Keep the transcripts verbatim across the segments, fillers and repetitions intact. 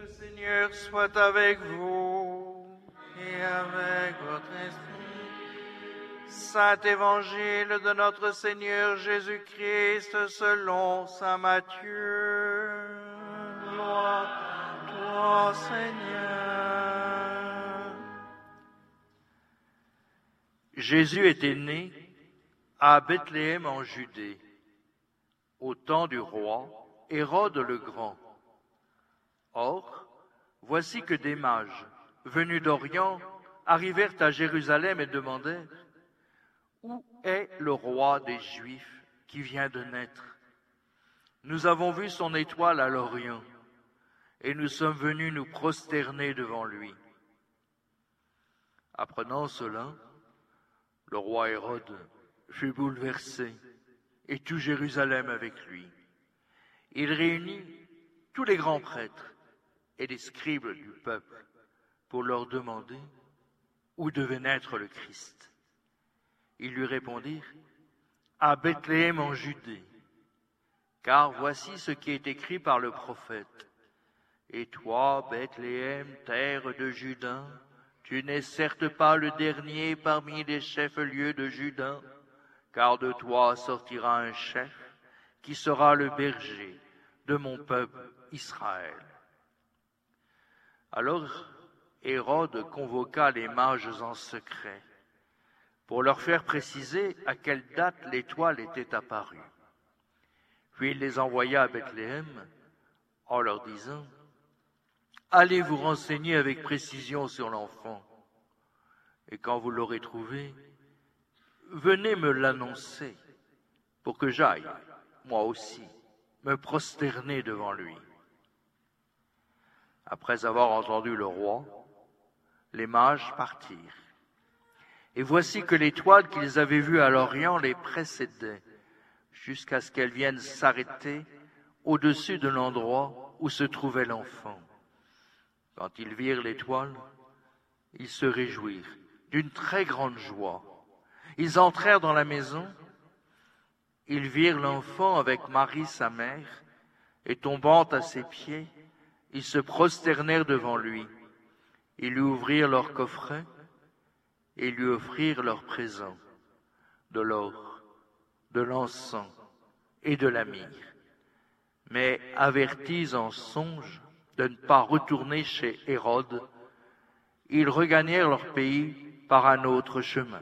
Le Seigneur soit avec vous et avec votre esprit. Saint Évangile de notre Seigneur Jésus-Christ selon saint Matthieu. Gloire à toi, Seigneur. Jésus était né à Bethléem en Judée, au temps du roi Hérode le Grand. Or, voici que des mages, venus d'Orient, arrivèrent à Jérusalem et demandèrent « Où est le roi des Juifs qui vient de naître? Nous avons vu son étoile à l'Orient, et nous sommes venus nous prosterner devant lui. » Apprenant cela, le roi Hérode fut bouleversé, et tout Jérusalem avec lui. Il réunit tous les grands prêtres et les scribes du peuple pour leur demander où devait naître le Christ. Ils lui répondirent « À Bethléem en Judée, car voici ce qui est écrit par le prophète. Et toi, Bethléem, terre de Juda, tu n'es certes pas le dernier parmi les chefs-lieux de Juda, car de toi sortira un chef qui sera le berger de mon peuple Israël. » Alors Hérode convoqua les mages en secret pour leur faire préciser à quelle date l'étoile était apparue. Puis il les envoya à Bethléem en leur disant « Allez vous renseigner avec précision sur l'enfant, et quand vous l'aurez trouvé, venez me l'annoncer pour que j'aille, moi aussi, me prosterner devant lui. » Après avoir entendu le roi, les mages partirent. Et voici que l'étoile qu'ils avaient vue à l'Orient les précédait, jusqu'à ce qu'elle vienne s'arrêter au-dessus de l'endroit où se trouvait l'enfant. Quand ils virent l'étoile, ils se réjouirent d'une très grande joie. Ils entrèrent dans la maison, ils virent l'enfant avec Marie sa mère, et tombant à ses pieds, ils se prosternèrent devant lui. Ils lui ouvrirent leur coffret et lui offrirent leurs présents, de l'or, de l'encens et de la myrrhe. Mais avertis en songe de ne pas retourner chez Hérode, ils regagnèrent leur pays par un autre chemin.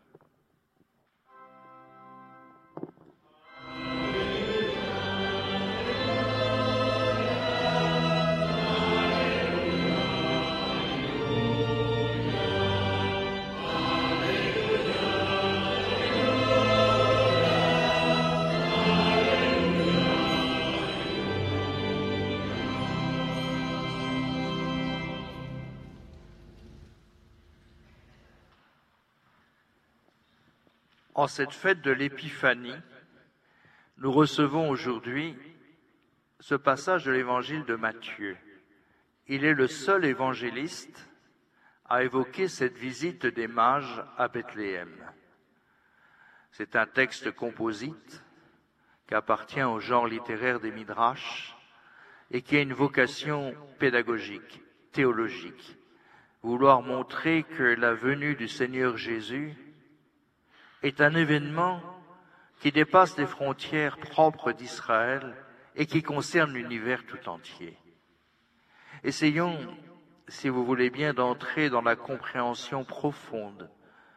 En cette fête de l'Épiphanie, nous recevons aujourd'hui ce passage de l'évangile de Matthieu. Il est le seul évangéliste à évoquer cette visite des mages à Bethléem. C'est un texte composite qui appartient au genre littéraire des Midrash et qui a une vocation pédagogique, théologique, vouloir montrer que la venue du Seigneur Jésus est un événement qui dépasse les frontières propres d'Israël et qui concerne l'univers tout entier. Essayons, si vous voulez bien, d'entrer dans la compréhension profonde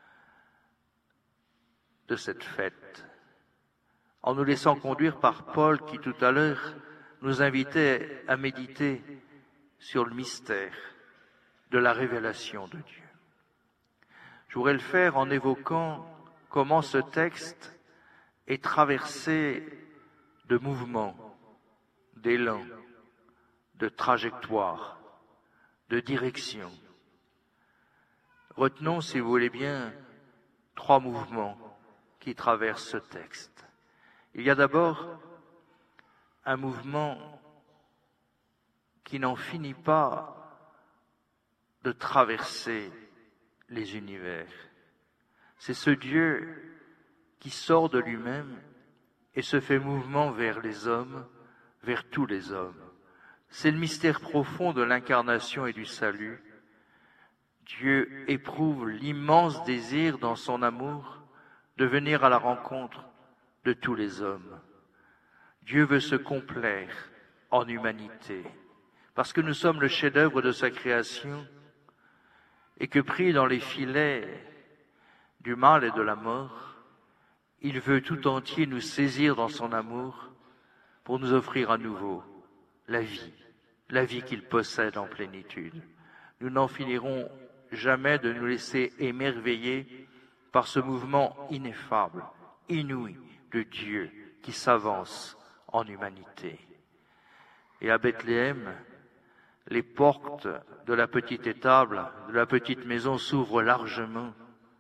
de cette fête, en nous laissant conduire par Paul qui tout à l'heure nous invitait à méditer sur le mystère de la révélation de Dieu. Je voudrais le faire en évoquant comment ce texte est traversé de mouvements, d'élan, de trajectoires, de direction. Retenons, si vous voulez bien, trois mouvements qui traversent ce texte. Il y a d'abord un mouvement qui n'en finit pas de traverser les univers. C'est ce Dieu qui sort de lui-même et se fait mouvement vers les hommes, vers tous les hommes. C'est le mystère profond de l'incarnation et du salut. Dieu éprouve l'immense désir dans son amour de venir à la rencontre de tous les hommes. Dieu veut se complaire en humanité, parce que nous sommes le chef-d'œuvre de sa création, et que pris dans les filets du mal et de la mort, il veut tout entier nous saisir dans son amour pour nous offrir à nouveau la vie, la vie qu'il possède en plénitude. Nous n'en finirons jamais de nous laisser émerveiller par ce mouvement ineffable, inouï de Dieu qui s'avance en humanité. Et à Bethléem, les portes de la petite étable, de la petite maison s'ouvrent largement.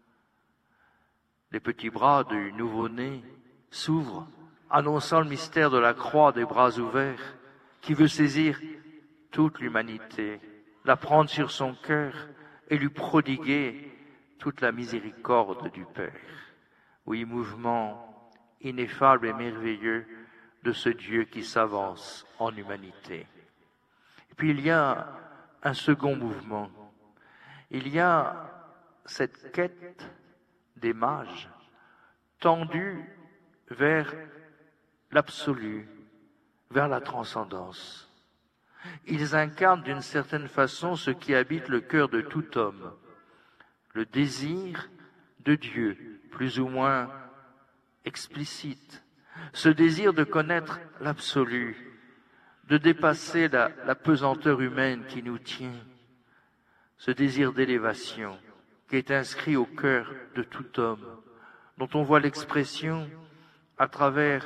Les petits bras du nouveau-né s'ouvrent, annonçant le mystère de la croix des bras ouverts, qui veut saisir toute l'humanité, la prendre sur son cœur et lui prodiguer toute la miséricorde du Père. Oui, mouvement ineffable et merveilleux de ce Dieu qui s'avance en humanité. Et puis il y a un second mouvement. Il y a cette quête des mages tendue vers l'absolu, vers la transcendance. Ils incarnent d'une certaine façon ce qui habite le cœur de tout homme, le désir de Dieu, plus ou moins explicite, ce désir de connaître l'absolu, de dépasser la, la pesanteur humaine qui nous tient, ce désir d'élévation qui est inscrit au cœur de tout homme, dont on voit l'expression à travers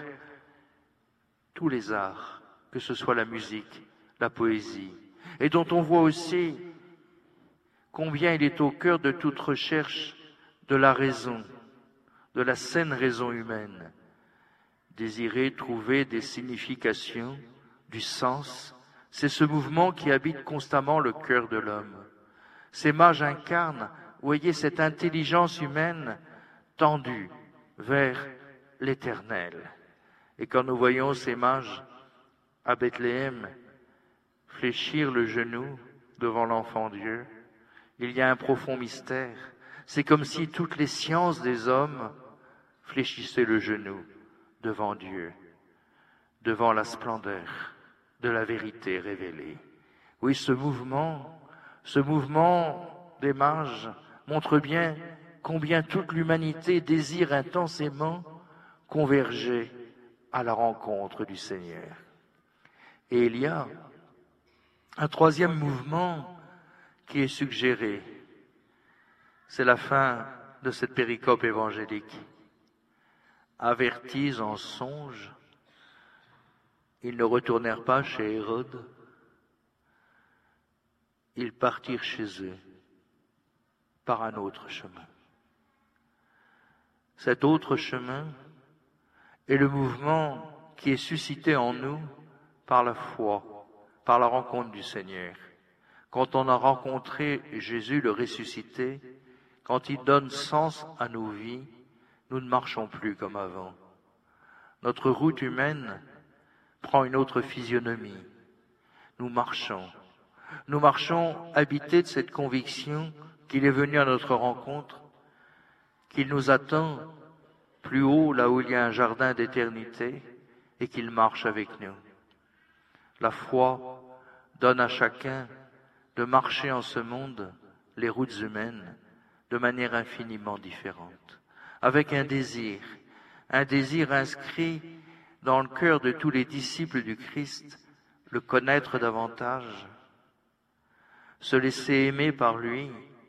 tous les arts, que ce soit la musique, la poésie, et dont on voit aussi combien il est au cœur de toute recherche de la raison, de la saine raison humaine. Désirer trouver des significations, du sens, c'est ce mouvement qui habite constamment le cœur de l'homme. Ces mages incarnent, voyez, cette intelligence humaine tendue vers l'éternel. Et quand nous voyons ces mages à Bethléem fléchir le genou devant l'enfant Dieu, il y a un profond mystère. C'est comme si toutes les sciences des hommes fléchissaient le genou devant Dieu, devant la splendeur de la vérité révélée. Oui, ce mouvement, ce mouvement des mages montre bien combien toute l'humanité désire intensément converger à la rencontre du Seigneur. Et il y a un troisième mouvement qui est suggéré. C'est la fin de cette péricope évangélique. Avertis en songe, ils ne retournèrent pas chez Hérode, ils partirent chez eux par un autre chemin. Cet autre chemin est le mouvement qui est suscité en nous par la foi, par la rencontre du Seigneur. Quand on a rencontré Jésus le ressuscité, quand il donne sens à nos vies, nous ne marchons plus comme avant. Notre route humaine prend une autre physionomie. Nous marchons. Nous marchons habités de cette conviction qu'il est venu à notre rencontre, qu'il nous attend plus haut, là où il y a un jardin d'éternité, et qu'il marche avec nous. La foi donne à chacun de marcher en ce monde, les routes humaines, de manière infiniment différente, avec un désir, un désir inscrit dans le cœur de tous les disciples du Christ, le connaître davantage, se laisser aimer par lui,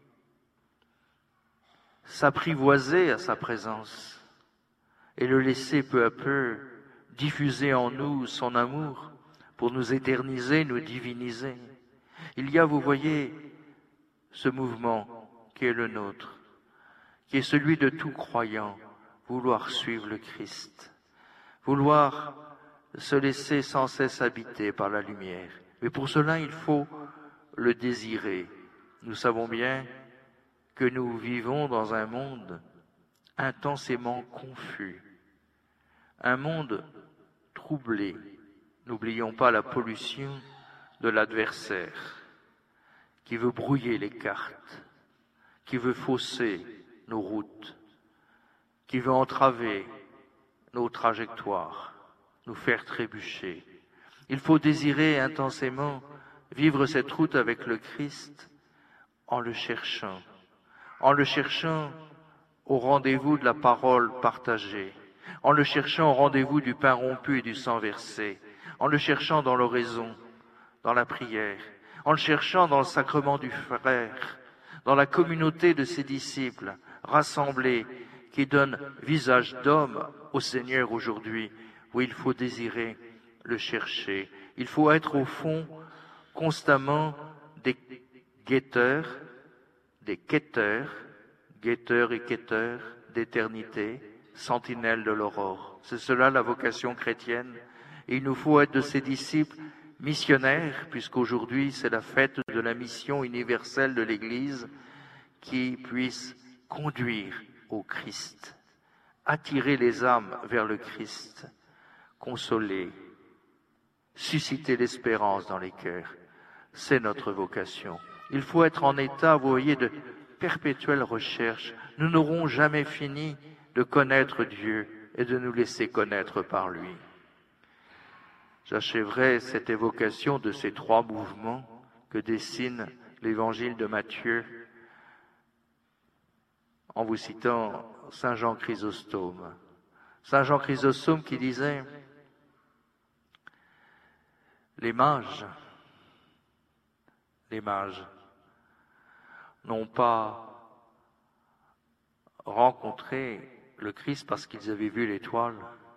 s'apprivoiser à sa présence et le laisser peu à peu diffuser en nous son amour pour nous éterniser, nous diviniser. Il y a, vous voyez, ce mouvement qui est le nôtre, qui est celui de tout croyant, vouloir suivre le Christ, vouloir se laisser sans cesse habiter par la lumière. Mais pour cela, il faut le désirer. Nous savons bien que nous vivons dans un monde intensément confus, un monde troublé. N'oublions pas la pollution de l'adversaire qui veut brouiller les cartes, qui veut fausser nos routes, qui veut entraver nos trajectoires, nous faire trébucher. Il faut désirer intensément vivre cette route avec le Christ en le cherchant, en le cherchant au rendez-vous de la parole partagée, en le cherchant au rendez-vous du pain rompu et du sang versé, en le cherchant dans l'oraison, dans la prière, en le cherchant dans le sacrement du frère, dans la communauté de ses disciples rassemblés qui donnent visage d'homme au Seigneur aujourd'hui, où il faut désirer le chercher. Il faut être au fond constamment des guetteurs, des quêteurs, guetteurs et quêteurs d'éternité, sentinelles de l'aurore. C'est cela la vocation chrétienne. Et il nous faut être de ces disciples missionnaires, puisqu'aujourd'hui c'est la fête de la mission universelle de l'Église, qui puisse conduire au Christ, attirer les âmes vers le Christ, consoler, susciter l'espérance dans les cœurs. C'est notre vocation. Il faut être en état, vous voyez, de perpétuelle recherche. Nous n'aurons jamais fini de connaître Dieu et de nous laisser connaître par lui. J'achèverai cette évocation de ces trois mouvements que dessine l'évangile de Matthieu en vous citant Saint Jean Chrysostome. Saint Jean Chrysostome qui disait « Les mages, les mages n'ont pas rencontré le Christ parce qu'ils avaient vu l'étoile.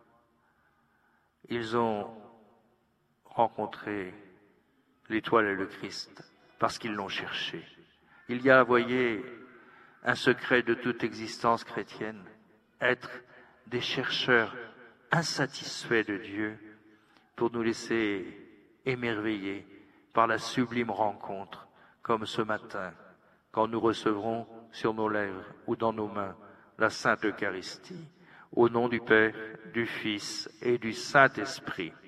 Ils ont rencontré l'étoile et le Christ parce qu'ils l'ont cherché. » Il y a, voyez, un secret de toute existence chrétienne, être des chercheurs insatisfaits de Dieu pour nous laisser émerveiller par la sublime rencontre, comme ce matin, quand nous recevrons sur nos lèvres ou dans nos mains la Sainte Eucharistie. Au nom du Père, du Fils et du Saint-Esprit.